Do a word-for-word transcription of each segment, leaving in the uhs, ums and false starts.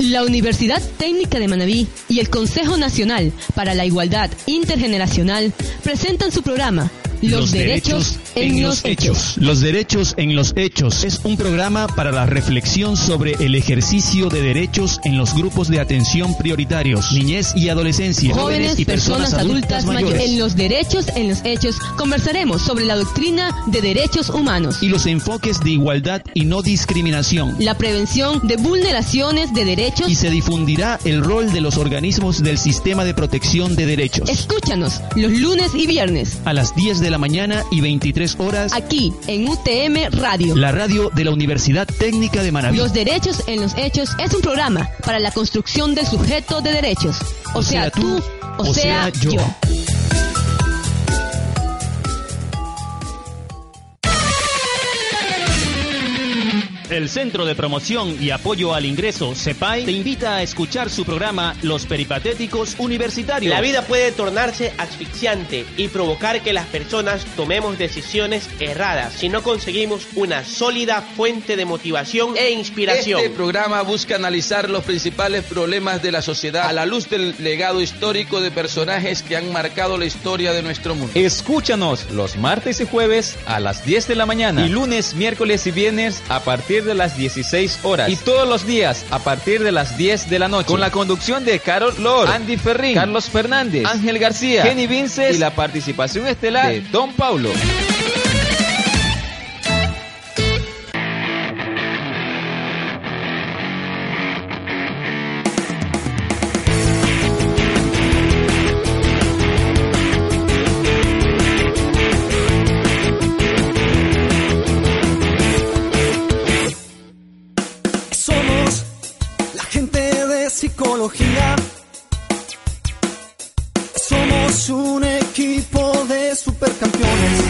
La Universidad Técnica de Manabí y el Consejo Nacional para la Igualdad Intergeneracional presentan su programa Los, los derechos, derechos en, en los hechos. hechos. Los derechos en los hechos es un programa para la reflexión sobre el ejercicio de derechos en los grupos de atención prioritarios, niñez y adolescencia, jóvenes, jóvenes y personas, personas adultas, adultas mayores. En los derechos en los hechos conversaremos sobre la doctrina de derechos humanos y los enfoques de igualdad y no discriminación, la prevención de vulneraciones de derechos, y se difundirá el rol de los organismos del sistema de protección de derechos. Escúchanos los lunes y viernes a las diez de la mañana y veintitrés horas aquí en U T M Radio, la radio de la Universidad Técnica de Manabí. Los derechos en los hechos es un programa para la construcción del sujeto de derechos, o, o sea, sea tú, o, o sea, sea yo. yo. El Centro de Promoción y Apoyo al Ingreso, CEPAI, te invita a escuchar su programa Los Peripatéticos Universitarios. La vida puede tornarse asfixiante y provocar que las personas tomemos decisiones erradas si no conseguimos una sólida fuente de motivación e inspiración. Este programa busca analizar los principales problemas de la sociedad a la luz del legado histórico de personajes que han marcado la historia de nuestro mundo. Escúchanos los martes y jueves a las diez de la mañana y lunes, miércoles y viernes a partir de las dieciséis horas y todos los días a partir de las diez de la noche, con la conducción de Carol Lord, Andy Ferrín, Carlos Fernández, Ángel García, Jenny Vinces y la participación estelar de Don Paulo. Psicología. Somos un equipo de supercampeones,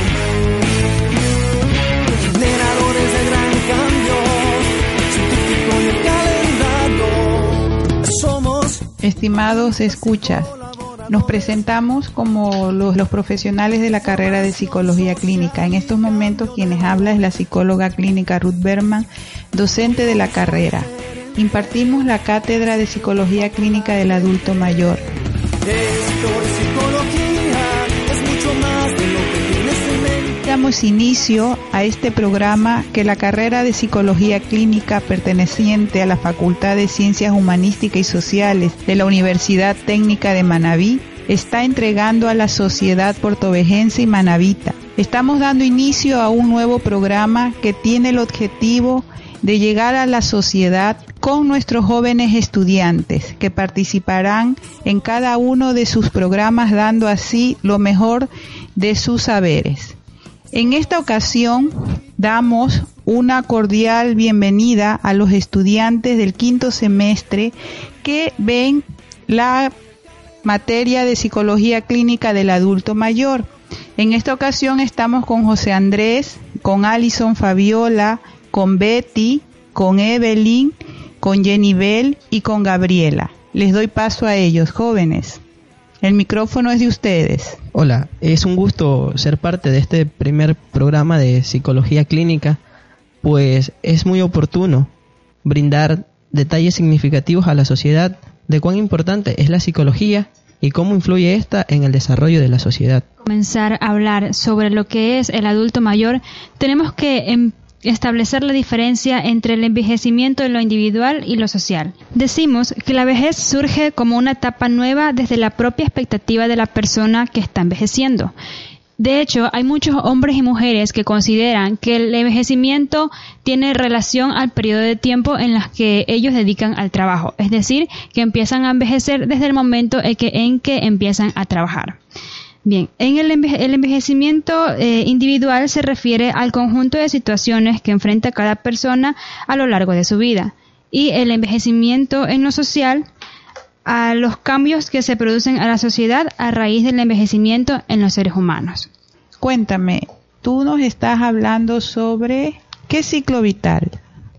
generadores de gran cambio, científico y el calendario. Somos... Estimados escuchas, nos presentamos como los, los profesionales de la carrera de Psicología Clínica. En estos momentos quienes habla es la psicóloga clínica Ruth Berman, docente de la carrera. Impartimos la cátedra de Psicología Clínica del Adulto Mayor. Damos inicio a este programa que la carrera de Psicología Clínica perteneciente a la Facultad de Ciencias Humanísticas y Sociales de la Universidad Técnica de Manabí está entregando a la sociedad portovejense y manabita. Estamos dando inicio a un nuevo programa que tiene el objetivo de llegar a la sociedad con nuestros jóvenes estudiantes que participarán en cada uno de sus programas, dando así lo mejor de sus saberes. En esta ocasión damos una cordial bienvenida a los estudiantes del quinto semestre que ven la materia de Psicología Clínica del Adulto Mayor. En esta ocasión estamos con José Andrés, con Alison Fabiola, con Betty, con Evelyn, con Jenibel y con Gabriela. Les doy paso a ellos, jóvenes. El micrófono es de ustedes. Hola, es un gusto ser parte de este primer programa de Psicología Clínica, pues es muy oportuno brindar detalles significativos a la sociedad de cuán importante es la psicología y cómo influye esta en el desarrollo de la sociedad. Comenzar a hablar sobre lo que es el adulto mayor, tenemos que em- establecer la diferencia entre el envejecimiento de lo individual y lo social. Decimos que la vejez surge como una etapa nueva desde la propia expectativa de la persona que está envejeciendo. De hecho, hay muchos hombres y mujeres que consideran que el envejecimiento tiene relación al periodo de tiempo en el que ellos dedican al trabajo, es decir, que empiezan a envejecer desde el momento en que, en que empiezan a trabajar. Bien, en el, enveje- el envejecimiento eh, individual se refiere al conjunto de situaciones que enfrenta cada persona a lo largo de su vida, y el envejecimiento en lo social a los cambios que se producen a la sociedad a raíz del envejecimiento en los seres humanos. Cuéntame, tú nos estás hablando sobre ¿qué ciclo vital?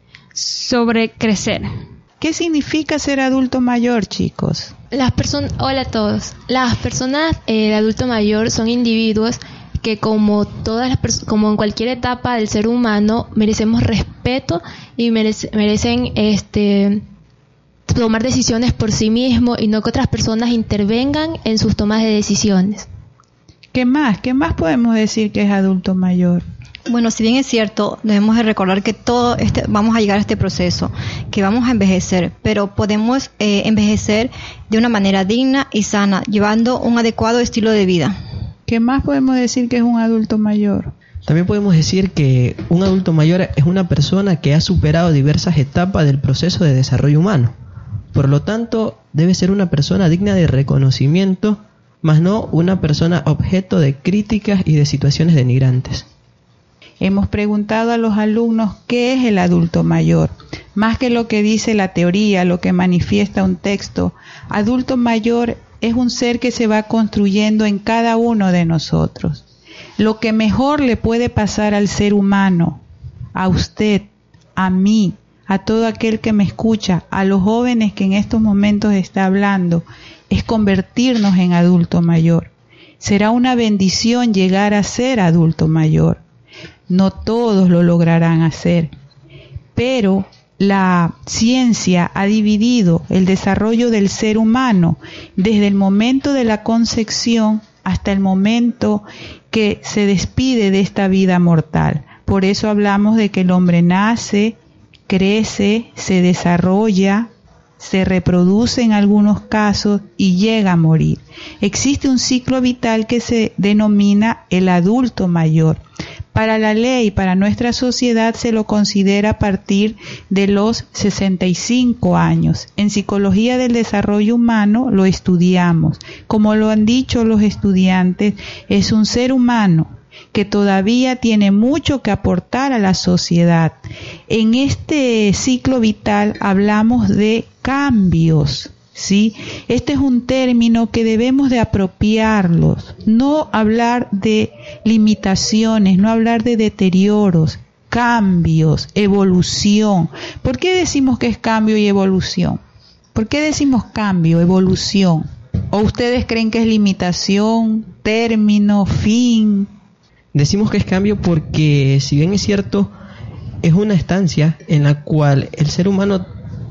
Sobre crecer. ¿Qué significa ser adulto mayor, chicos? Las personas, hola a todos. Las personas eh, de adulto mayor son individuos que, como todas las pers- como en cualquier etapa del ser humano, merecemos respeto y merece- merecen este tomar decisiones por sí mismo y no que otras personas intervengan en sus tomas de decisiones. ¿Qué más? ¿Qué más podemos decir que es adulto mayor? Bueno, si bien es cierto, debemos de recordar que todo este, vamos a llegar a este proceso, que vamos a envejecer, pero podemos eh, envejecer de una manera digna y sana, llevando un adecuado estilo de vida. ¿Qué más podemos decir que es un adulto mayor? También podemos decir que un adulto mayor es una persona que ha superado diversas etapas del proceso de desarrollo humano. Por lo tanto, debe ser una persona digna de reconocimiento, más no una persona objeto de críticas y de situaciones denigrantes. Hemos preguntado a los alumnos qué es el adulto mayor. Más que lo que dice la teoría, lo que manifiesta un texto, adulto mayor es un ser que se va construyendo en cada uno de nosotros. Lo que mejor le puede pasar al ser humano, a usted, a mí, a todo aquel que me escucha, a los jóvenes que en estos momentos está hablando, es convertirnos en adulto mayor. Será una bendición llegar a ser adulto mayor. No todos lo lograrán hacer, pero la ciencia ha dividido el desarrollo del ser humano desde el momento de la concepción hasta el momento que se despide de esta vida mortal. Por eso hablamos de que el hombre nace, crece, se desarrolla, se reproduce en algunos casos y llega a morir. Existe un ciclo vital que se denomina el adulto mayor. Para la ley, para nuestra sociedad, se lo considera a partir de los sesenta y cinco años. En Psicología del Desarrollo Humano lo estudiamos. Como lo han dicho los estudiantes, es un ser humano que todavía tiene mucho que aportar a la sociedad. En este ciclo vital hablamos de cambios, ¿sí? Este es un término que debemos de apropiarlos, no hablar de limitaciones, no hablar de deterioros, cambios, evolución. ¿Por qué decimos que es cambio y evolución? ¿Por qué decimos cambio, evolución? ¿O ustedes creen que es limitación, término, fin? Decimos que es cambio porque, si bien es cierto, es una estancia en la cual el ser humano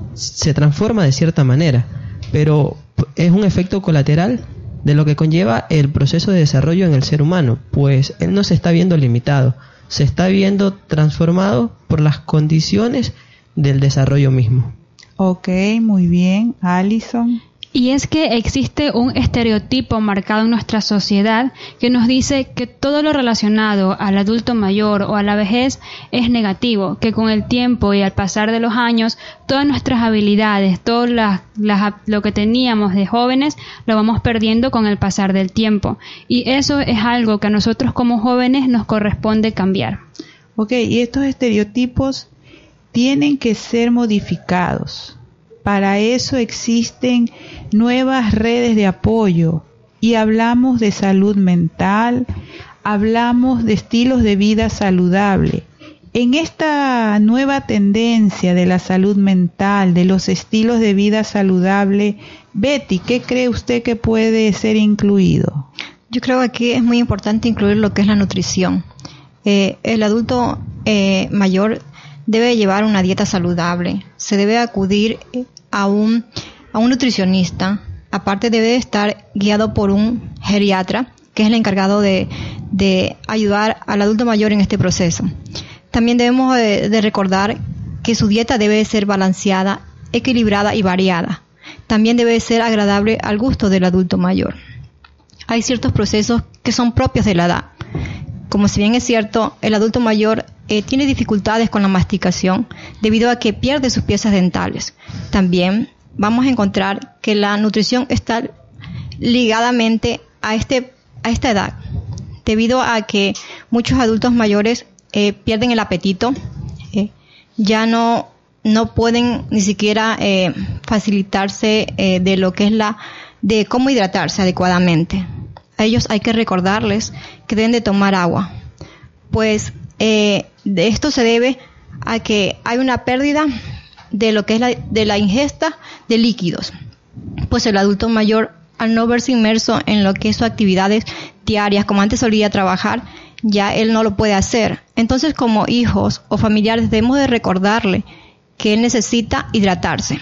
se transforma de cierta manera, pero es un efecto colateral de lo que conlleva el proceso de desarrollo en el ser humano, pues él no se está viendo limitado, se está viendo transformado por las condiciones del desarrollo mismo. Ok, muy bien. Alison. Y es que existe un estereotipo marcado en nuestra sociedad que nos dice que todo lo relacionado al adulto mayor o a la vejez es negativo, que con el tiempo y al pasar de los años, todas nuestras habilidades, todo las, las, lo que teníamos de jóvenes, lo vamos perdiendo con el pasar del tiempo. Y eso es algo que a nosotros como jóvenes nos corresponde cambiar. Ok, y estos estereotipos tienen que ser modificados. Para eso existen nuevas redes de apoyo y hablamos de salud mental, hablamos de estilos de vida saludable. En esta nueva tendencia de la salud mental, de los estilos de vida saludable, Betty, ¿qué cree usted que puede ser incluido? Yo creo que aquí es muy importante incluir lo que es la nutrición. Eh, el adulto eh, mayor debe llevar una dieta saludable, se debe acudir a un, a un nutricionista, aparte debe estar guiado por un geriatra, que es el encargado de, de ayudar al adulto mayor en este proceso. También debemos de, de recordar que su dieta debe ser balanceada, equilibrada y variada. También debe ser agradable al gusto del adulto mayor. Hay ciertos procesos que son propios de la edad. Como si bien es cierto, el adulto mayor eh, tiene dificultades con la masticación debido a que pierde sus piezas dentales. También vamos a encontrar que la nutrición está ligadamente a, este, a esta edad, debido a que muchos adultos mayores eh, pierden el apetito, eh, ya no, no pueden ni siquiera eh, facilitarse eh, de lo que es la, de cómo hidratarse adecuadamente. A ellos hay que recordarles que deben de tomar agua, pues eh, de esto se debe a que hay una pérdida de lo que es la, de la ingesta de líquidos, pues el adulto mayor, al no verse inmerso en lo que son actividades diarias, como antes solía trabajar, ya él no lo puede hacer. Entonces, como hijos o familiares debemos de recordarle que él necesita hidratarse.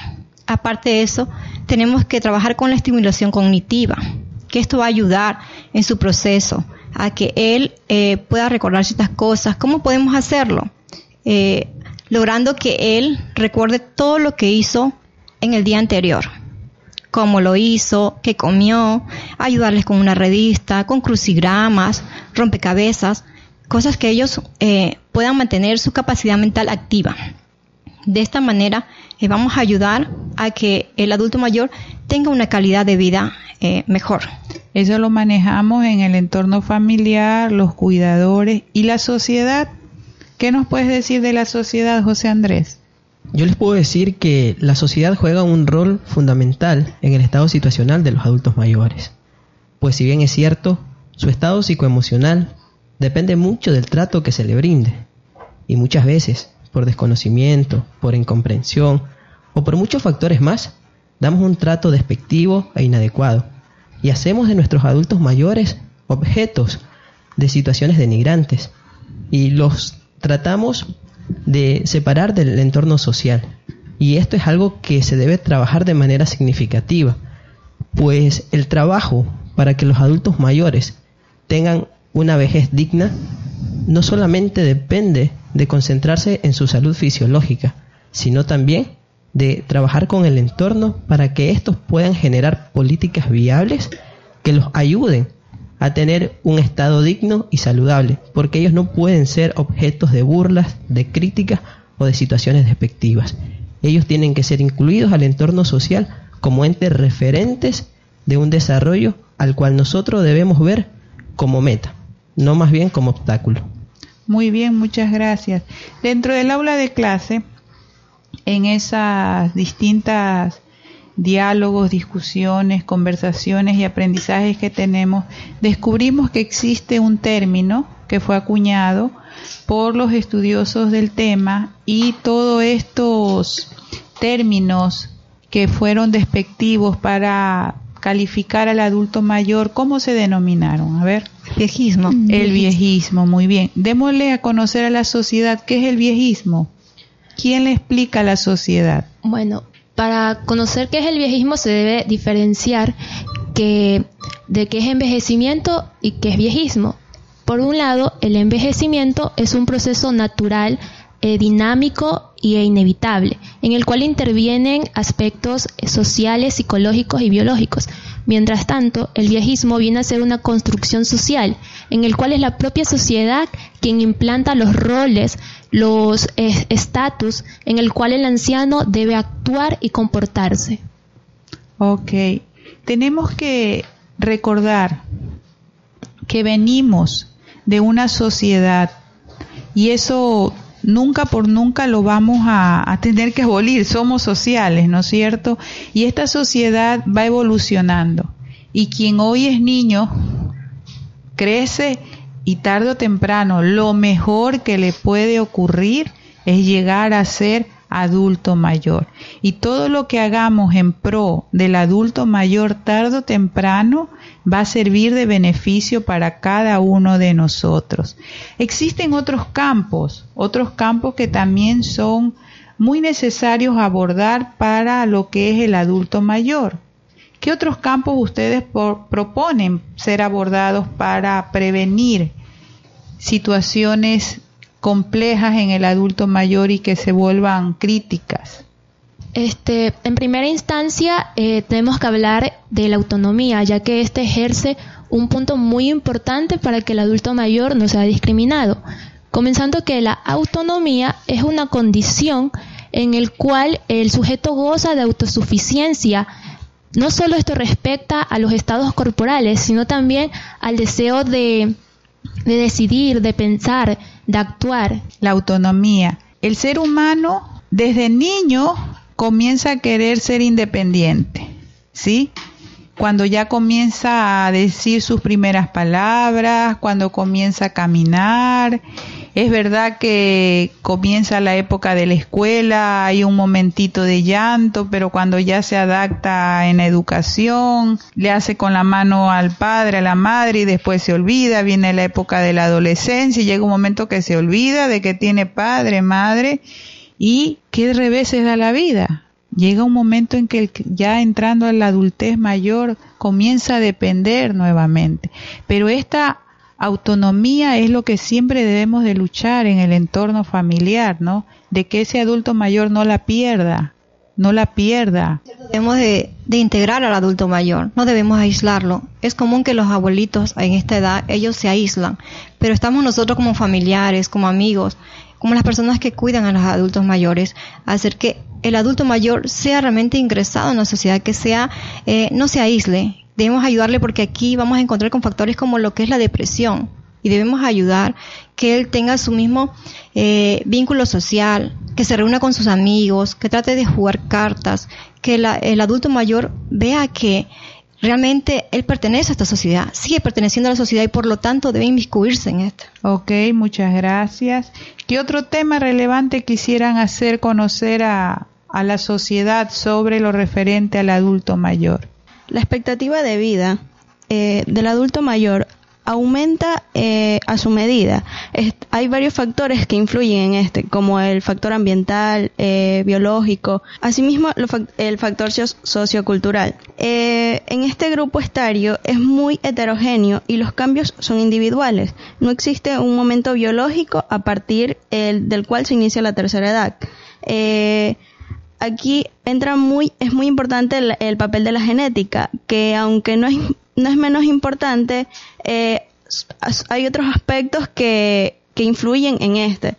Aparte de eso, tenemos que trabajar con la estimulación cognitiva, que esto va a ayudar en su proceso a que él eh, pueda recordar ciertas cosas. ¿Cómo podemos hacerlo? Eh, logrando que él recuerde todo lo que hizo en el día anterior, cómo lo hizo, qué comió, ayudarles con una revista, con crucigramas, rompecabezas, cosas que ellos eh, puedan mantener su capacidad mental activa. De esta manera eh, vamos a ayudar a que el adulto mayor tenga una calidad de vida eh, mejor. Eso lo manejamos en el entorno familiar, los cuidadores y la sociedad. ¿Qué nos puedes decir de la sociedad, José Andrés? Yo les puedo decir que la sociedad juega un rol fundamental en el estado situacional de los adultos mayores. Pues si bien es cierto, su estado psicoemocional depende mucho del trato que se le brinde. Y muchas veces, por desconocimiento, por incomprensión o por muchos factores más, damos un trato despectivo e inadecuado y hacemos de nuestros adultos mayores objetos de situaciones denigrantes y los tratamos de separar del entorno social. Y esto es algo que se debe trabajar de manera significativa, pues el trabajo para que los adultos mayores tengan una vejez digna no solamente depende de concentrarse en su salud fisiológica, sino también de trabajar con el entorno para que estos puedan generar políticas viables que los ayuden a tener un estado digno y saludable, porque ellos no pueden ser objetos de burlas, de críticas o de situaciones despectivas. Ellos tienen que ser incluidos al entorno social como entes referentes de un desarrollo al cual nosotros debemos ver como meta, no más bien como obstáculo. Muy bien, muchas gracias. Dentro del aula de clase, en esas distintas diálogos, discusiones, conversaciones y aprendizajes que tenemos, descubrimos que existe un término que fue acuñado por los estudiosos del tema, y todos estos términos que fueron despectivos para calificar al adulto mayor, ¿cómo se denominaron? A ver. Viejismo. El viejismo, muy bien. Démosle a conocer a la sociedad qué es el viejismo. ¿Quién le explica a la sociedad? Bueno, para conocer qué es el viejismo se debe diferenciar que, de qué es envejecimiento y qué es viejismo. Por un lado, el envejecimiento es un proceso natural, eh, dinámico e inevitable, en el cual intervienen aspectos sociales, psicológicos y biológicos. Mientras tanto, el viejismo viene a ser una construcción social, en el cual es la propia sociedad quien implanta los roles, los estatus, eh, en el cual el anciano debe actuar y comportarse. Ok. Tenemos que recordar que venimos de una sociedad, y eso nunca por nunca lo vamos a, a tener que abolir. Somos sociales, ¿no es cierto? Y esta sociedad va evolucionando, y quien hoy es niño crece, y tarde o temprano lo mejor que le puede ocurrir es llegar a ser adulto mayor. Y todo lo que hagamos en pro del adulto mayor tarde o temprano va a servir de beneficio para cada uno de nosotros. Existen otros campos, otros campos que también son muy necesarios abordar para lo que es el adulto mayor. ¿Qué otros campos ustedes por, proponen ser abordados para prevenir situaciones complejas en el adulto mayor y que se vuelvan críticas? Este, en primera instancia, eh, tenemos que hablar de la autonomía, ya que este ejerce un punto muy importante para que el adulto mayor no sea discriminado. Comenzando que la autonomía es una condición en el cual el sujeto goza de autosuficiencia. No solo esto respecta a los estados corporales, sino también al deseo de, de decidir, de pensar, de actuar. La autonomía. El ser humano desde niño comienza a querer ser independiente, ¿sí? Cuando ya comienza a decir sus primeras palabras, cuando comienza a caminar. Es verdad que comienza la época de la escuela, hay un momentito de llanto, pero cuando ya se adapta en la educación, le hace con la mano al padre, a la madre, y después se olvida. Viene la época de la adolescencia y llega un momento que se olvida de que tiene padre, madre, y qué reveses da la vida. Llega un momento en que el, ya entrando a la adultez mayor comienza a depender nuevamente. Pero esta autonomía es lo que siempre debemos de luchar en el entorno familiar, ¿no? De que ese adulto mayor no la pierda, no la pierda. Debemos de, de integrar al adulto mayor, no debemos aislarlo. Es común que los abuelitos en esta edad, ellos se aíslan, pero estamos nosotros como familiares, como amigos, como las personas que cuidan a los adultos mayores, a hacer que el adulto mayor sea realmente ingresado en la sociedad, que sea, eh, no se aísle. Debemos ayudarle porque aquí vamos a encontrar con factores como lo que es la depresión y debemos ayudar que él tenga su mismo eh, vínculo social, que se reúna con sus amigos, que trate de jugar cartas, que la, el adulto mayor vea que realmente él pertenece a esta sociedad, sigue perteneciendo a la sociedad y por lo tanto debe inmiscuirse en esto. Ok, muchas gracias. ¿Qué otro tema relevante quisieran hacer conocer a, a la sociedad sobre lo referente al adulto mayor? La expectativa de vida eh, del adulto mayor aumenta eh, a su medida. Es, hay varios factores que influyen en este, como el factor ambiental, eh, biológico, asimismo lo, el factor sociocultural. Eh, en este grupo etario es muy heterogéneo y los cambios son individuales. No existe un momento biológico a partir el, del cual se inicia la tercera edad. Eh, Aquí entra muy, es muy importante el, el papel de la genética, que aunque no es, no es menos importante, eh, hay otros aspectos que, que influyen en este.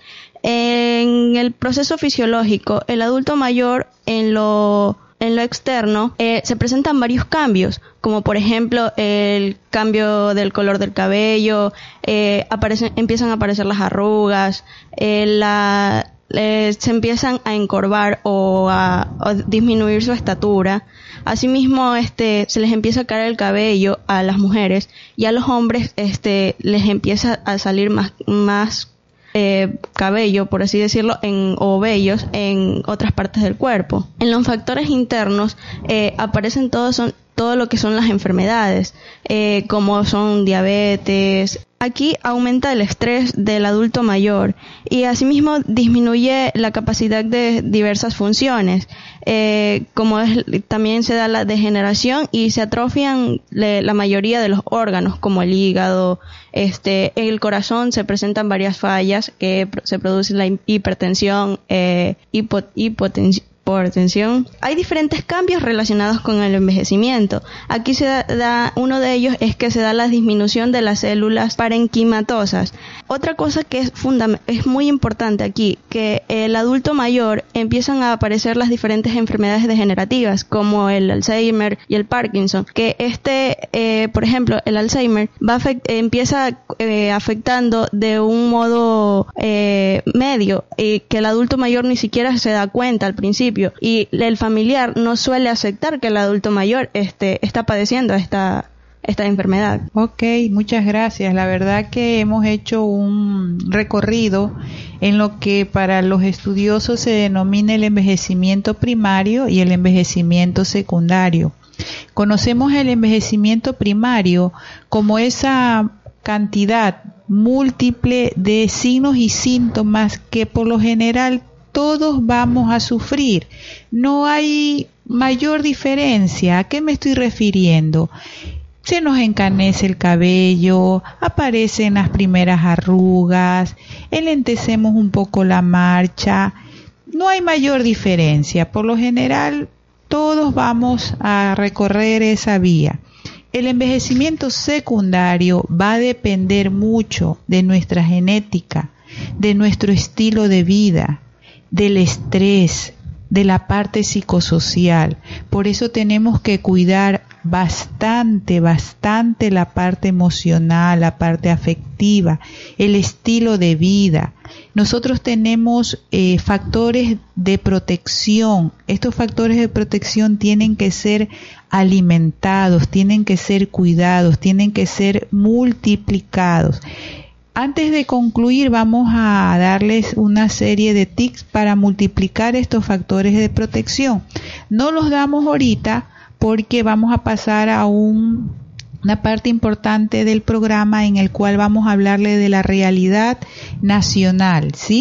En el proceso fisiológico, el adulto mayor en lo, en lo externo eh, se presentan varios cambios, como por ejemplo el cambio del color del cabello, eh, aparecen, empiezan a aparecer las arrugas, eh, la Eh, se empiezan a encorvar o a, a disminuir su estatura. Asimismo, este, se les empieza a caer el cabello a las mujeres y a los hombres, este, les empieza a salir más, más eh, cabello, por así decirlo, en, o vellos en otras partes del cuerpo. En los factores internos eh, aparecen todos son todo lo que son las enfermedades, eh, como son diabetes. Aquí aumenta el estrés del adulto mayor y asimismo disminuye la capacidad de diversas funciones, eh, como es, también se da la degeneración y se atrofian le, la mayoría de los órganos, como el hígado, este, el corazón, se presentan varias fallas que se produce la hipertensión, eh, hipo, hipotensión. Por atención. Hay diferentes cambios relacionados con el envejecimiento. Aquí se da, da, uno de ellos es que se da la disminución de las células parenquimatosas. Otra cosa que es fundament- es muy importante aquí, que el adulto mayor empiezan a aparecer las diferentes enfermedades degenerativas, como el Alzheimer y el Parkinson, que este, eh, por ejemplo, el Alzheimer va afect- empieza eh, afectando de un modo eh, medio, y que el adulto mayor ni siquiera se da cuenta al principio. Y el familiar no suele aceptar que el adulto mayor este, está padeciendo esta, esta enfermedad. Ok, muchas gracias. La verdad que hemos hecho un recorrido en lo que para los estudiosos se denomina el envejecimiento primario y el envejecimiento secundario. Conocemos el envejecimiento primario como esa cantidad múltiple de signos y síntomas que por lo general todos vamos a sufrir. No hay mayor diferencia. ¿A qué me estoy refiriendo? Se nos encanece el cabello, aparecen las primeras arrugas, enlentecemos un poco la marcha. No hay mayor diferencia. Por lo general, todos vamos a recorrer esa vía. El envejecimiento secundario va a depender mucho de nuestra genética, de nuestro estilo de vida, del estrés, de la parte psicosocial. Por eso tenemos que cuidar bastante, bastante la parte emocional, la parte afectiva, el estilo de vida. Nosotros tenemos eh, factores de protección. Estos factores de protección tienen que ser alimentados, tienen que ser cuidados, tienen que ser multiplicados. Antes de concluir, vamos a darles una serie de tips para multiplicar estos factores de protección. No los damos ahorita porque vamos a pasar a un, una parte importante del programa en el cual vamos a hablarle de la realidad nacional, ¿sí?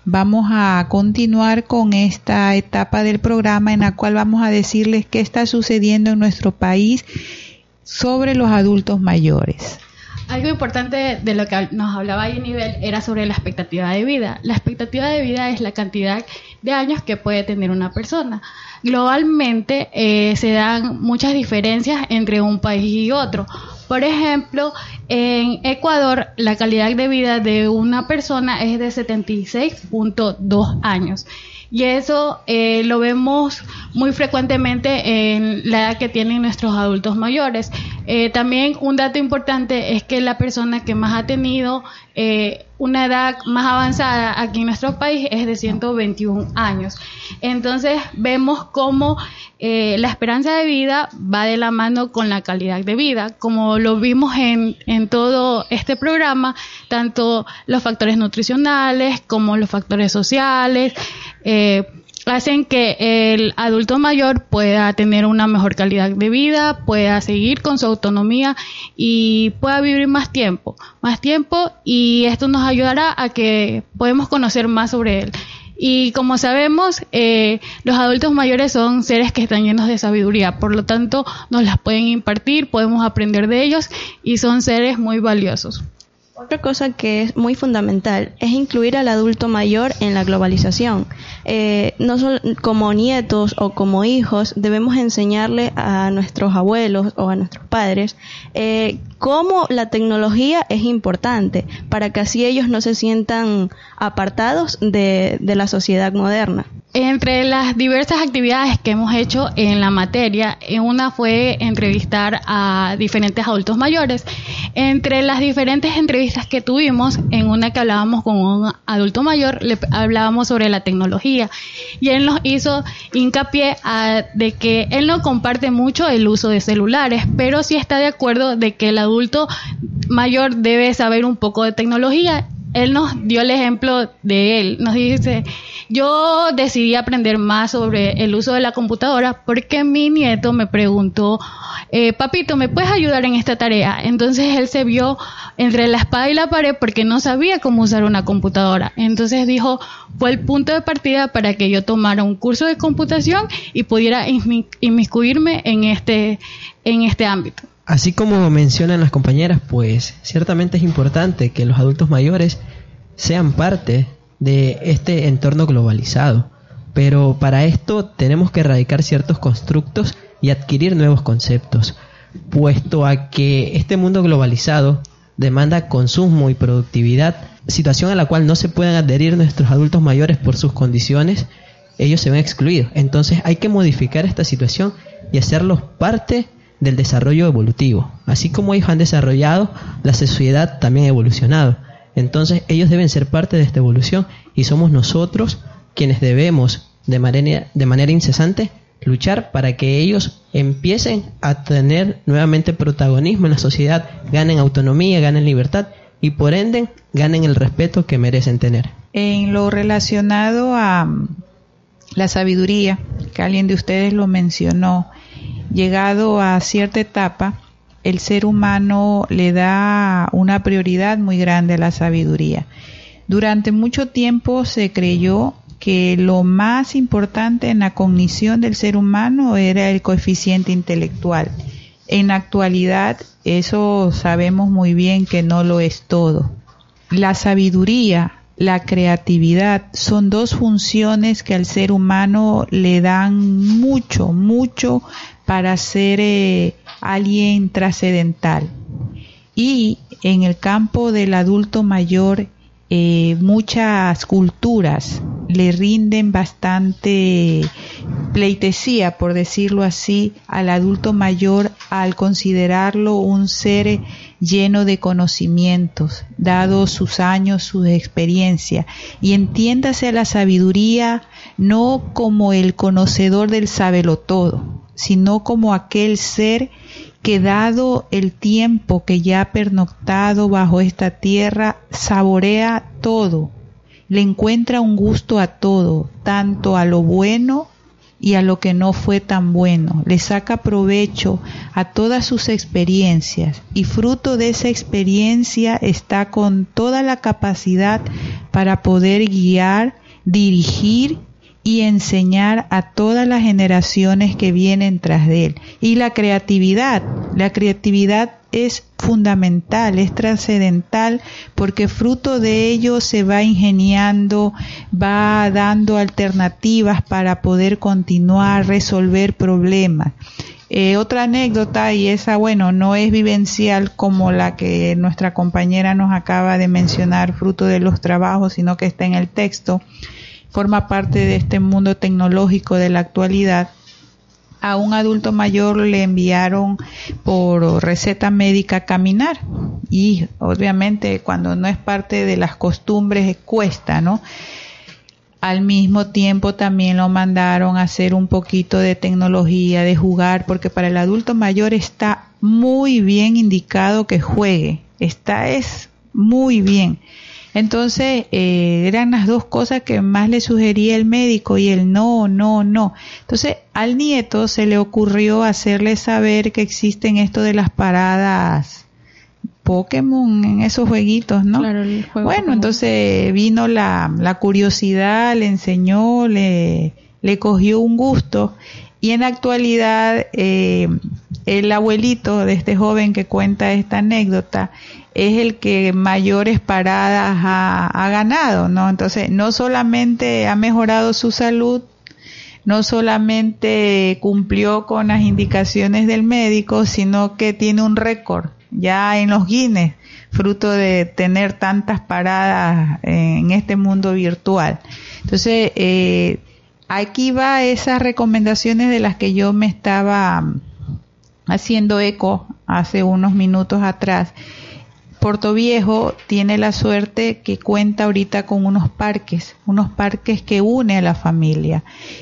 vamos a continuar con esta etapa del programa en la cual vamos a decirles qué está sucediendo en nuestro país sobre los adultos mayores. Algo importante de lo que nos hablaba Yunivel era sobre la expectativa de vida. La expectativa de vida es la cantidad de años que puede tener una persona. Globalmente eh, se dan muchas diferencias entre un país y otro. Por ejemplo, en Ecuador la calidad de vida de una persona es de setenta y seis punto dos años. Y eso eh, lo vemos muy frecuentemente en la edad que tienen nuestros adultos mayores. Eh, también un dato importante es que la persona que más ha tenido eh, una edad más avanzada aquí en nuestro país es de ciento veintiún años. Entonces vemos cómo eh, la esperanza de vida va de la mano con la calidad de vida. Como lo vimos en, en todo este programa, tanto los factores nutricionales como los factores sociales, eh, hacen que el adulto mayor pueda tener una mejor calidad de vida, pueda seguir con su autonomía y pueda vivir más tiempo, más tiempo y esto nos ayudará a que podamos conocer más sobre él. Y como sabemos, eh, los adultos mayores son seres que están llenos de sabiduría, por lo tanto nos las pueden impartir, podemos aprender de ellos y son seres muy valiosos. Otra cosa que es muy fundamental es incluir al adulto mayor en la globalización. Eh, no solo como nietos o como hijos debemos enseñarle a nuestros abuelos o a nuestros padres eh, cómo la tecnología es importante para que así ellos no se sientan apartados de, de la sociedad moderna. Entre las diversas actividades que hemos hecho en la materia, una fue entrevistar a diferentes adultos mayores. Entre las diferentes entrevistas que tuvimos, en una que hablábamos con un adulto mayor, le hablábamos sobre la tecnología y él nos hizo hincapié a, de que él no comparte mucho el uso de celulares, pero sí está de acuerdo de que el adulto mayor debe saber un poco de tecnología. Él nos dio el ejemplo de él, nos dice, yo decidí aprender más sobre el uso de la computadora porque mi nieto me preguntó, eh, papito, ¿me puedes ayudar en esta tarea? Entonces él se vio entre la espada y la pared porque no sabía cómo usar una computadora. Entonces dijo, fue el punto de partida para que yo tomara un curso de computación y pudiera inmiscuirme en este, en este ámbito. Así como mencionan las compañeras, pues ciertamente es importante que los adultos mayores sean parte de este entorno globalizado, pero para esto tenemos que erradicar ciertos constructos y adquirir nuevos conceptos, puesto a que este mundo globalizado demanda consumo y productividad, situación a la cual no se pueden adherir nuestros adultos mayores por sus condiciones, ellos se ven excluidos. Entonces hay que modificar esta situación y hacerlos parte del desarrollo evolutivo. Así como ellos han desarrollado, la sociedad también ha evolucionado. Entonces ellos deben ser parte de esta evolución y somos nosotros quienes debemos de manera, de manera incesante luchar para que ellos empiecen a tener nuevamente protagonismo en la sociedad, ganen autonomía, ganen libertad y por ende ganen el respeto que merecen tener. En lo relacionado a la sabiduría, que alguien de ustedes lo mencionó, llegado a cierta etapa, el ser humano le da una prioridad muy grande a la sabiduría. Durante mucho tiempo se creyó que lo más importante en la cognición del ser humano era el coeficiente intelectual. En la actualidad, eso sabemos muy bien que no lo es todo. La sabiduría, la creatividad son dos funciones que al ser humano le dan mucho, mucho para ser eh, alguien trascendental. Y en el campo del adulto mayor, eh, muchas culturas le rinden bastante pleitesía, por decirlo así, al adulto mayor al considerarlo un ser lleno de conocimientos, dados sus años, su experiencia. Y entiéndase a la sabiduría no como el conocedor del sabelotodo, sino como aquel ser que dado el tiempo que ya ha pernoctado bajo esta tierra, saborea todo, le encuentra un gusto a todo, tanto a lo bueno y a lo que no fue tan bueno. Le saca provecho a todas sus experiencias y fruto de esa experiencia está con toda la capacidad para poder guiar, dirigir y enseñar a todas las generaciones que vienen tras de él. Y la creatividad, la creatividad es fundamental, es trascendental, porque fruto de ello se va ingeniando, va dando alternativas para poder continuar, resolver problemas. Eh, otra anécdota, y esa, bueno, no es vivencial como la que nuestra compañera nos acaba de mencionar, fruto de los trabajos, sino que está en el texto, forma parte de este mundo tecnológico de la actualidad. A un adulto mayor le enviaron por receta médica a caminar y obviamente cuando no es parte de las costumbres cuesta, ¿no? Al mismo tiempo también lo mandaron a hacer un poquito de tecnología, de jugar, porque para el adulto mayor está muy bien indicado que juegue, está es muy bien. Entonces, eh, eran las dos cosas que más le sugería el médico y el no, no, no. Entonces, al nieto se le ocurrió hacerle saber que existen esto de las paradas Pokémon en esos jueguitos, ¿no? Claro, el juego bueno, Pokémon. Entonces vino la, la curiosidad, le enseñó, le, le cogió un gusto. Y en la actualidad, eh, el abuelito de este joven que cuenta esta anécdota es el que mayores paradas ha, ha ganado, ¿no? Entonces, no solamente ha mejorado su salud, no solamente cumplió con las indicaciones del médico, sino que tiene un récord ya en los Guinness, fruto de tener tantas paradas en este mundo virtual. Entonces, eh, aquí va esas recomendaciones de las que yo me estaba haciendo eco hace unos minutos atrás. Portoviejo tiene la suerte que cuenta ahorita con unos parques, unos parques que une a la familia.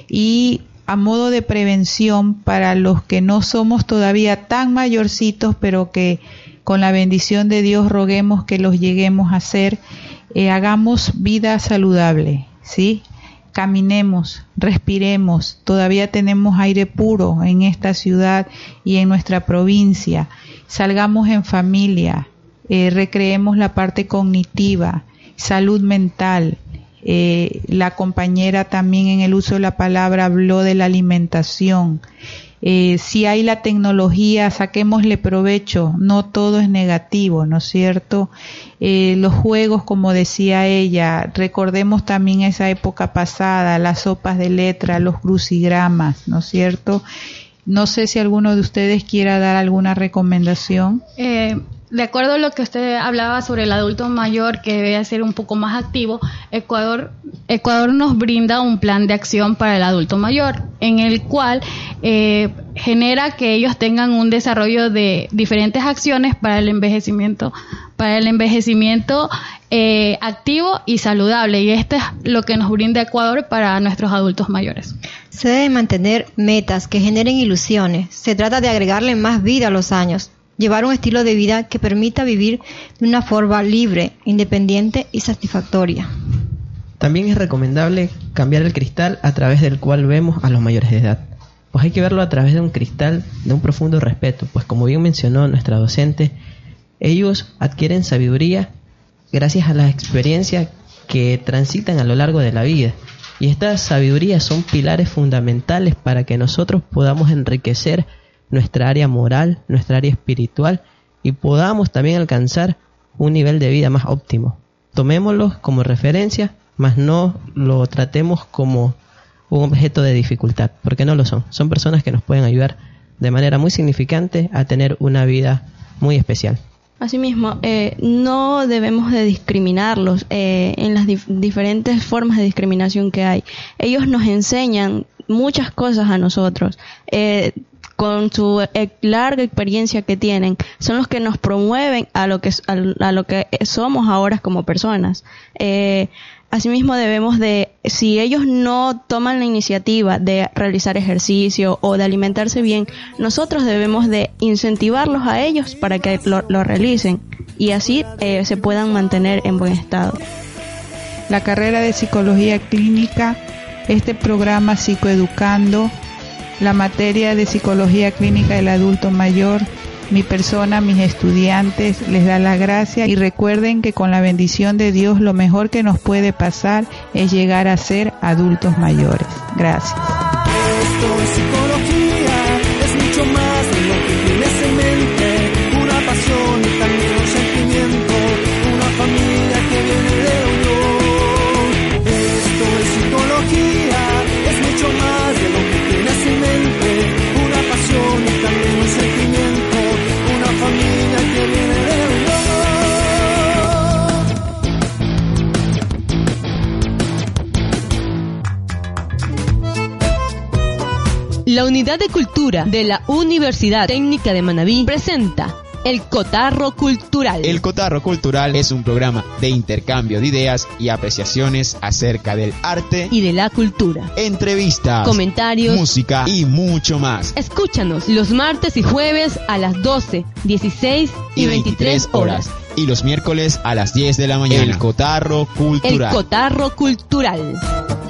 Y a modo de prevención para los que no somos todavía tan mayorcitos, pero que con la bendición de Dios roguemos que los lleguemos a hacer, eh, hagamos vida saludable, ¿sí? Caminemos, respiremos, todavía tenemos aire puro en esta ciudad y en nuestra provincia, salgamos en familia, eh, recreemos la parte cognitiva, salud mental. Eh, la compañera también en el uso de la palabra habló de la alimentación. Eh, si hay la tecnología, saquémosle provecho, no todo es negativo, ¿no es cierto? Eh, los juegos, como decía ella, recordemos también esa época pasada, las sopas de letra, los crucigramas, ¿no es cierto? No sé si alguno de ustedes quiera dar alguna recomendación. Eh, de acuerdo a lo que usted hablaba sobre el adulto mayor que debe ser un poco más activo, Ecuador, Ecuador nos brinda un plan de acción para el adulto mayor, en el cual eh, genera que ellos tengan un desarrollo de diferentes acciones para el envejecimiento, para el envejecimiento eh, activo y saludable, y esto es lo que nos brinda Ecuador para nuestros adultos mayores. Se deben mantener metas que generen ilusiones. Se trata de agregarle más vida a los años. Llevar un estilo de vida que permita vivir de una forma libre, independiente y satisfactoria. También es recomendable cambiar el cristal a través del cual vemos a los mayores de edad. Pues hay que verlo a través de un cristal de un profundo respeto, pues como bien mencionó nuestra docente, ellos adquieren sabiduría gracias a las experiencias que transitan a lo largo de la vida. Y estas sabidurías son pilares fundamentales para que nosotros podamos enriquecer nuestra área moral, nuestra área espiritual y podamos también alcanzar un nivel de vida más óptimo. Tomémoslos como referencia, mas no lo tratemos como un objeto de dificultad, porque no lo son. Son personas que nos pueden ayudar de manera muy significante a tener una vida muy especial. Asimismo, eh, no debemos de discriminarlos eh, en las dif- diferentes formas de discriminación que hay. Ellos nos enseñan muchas cosas a nosotros. Eh, con su eh, larga experiencia que tienen, son los que nos promueven a lo que a, a lo que somos ahora como personas. Eh, asimismo debemos de, si ellos no toman la iniciativa de realizar ejercicio o de alimentarse bien, nosotros debemos de incentivarlos a ellos para que lo, lo realicen y así eh, se puedan mantener en buen estado. La carrera de psicología clínica este programa Psicoeducando, la materia de Psicología Clínica del Adulto Mayor. Mi persona, mis estudiantes, les da la gracia y recuerden que con la bendición de Dios lo mejor que nos puede pasar es llegar a ser adultos mayores. Gracias. Esto es psicología, es mucho más de lo que tienes en mente, una pasión y también un sentimiento, una familia que viene de unión. Esto es psicología, es mucho más de lo que tienes en mente, una pasión y también un sentimiento, una familia que viene de unión. La Unidad de Cultura de la Universidad Técnica de Manabí presenta El Cotarro Cultural. El Cotarro Cultural es un programa de intercambio de ideas y apreciaciones acerca del arte y de la cultura. Entrevistas, comentarios, música y mucho más. Escúchanos los martes y jueves a las doce, dieciséis y veintitrés horas. Y los miércoles a las diez de la mañana. El Cotarro Cultural. El Cotarro Cultural.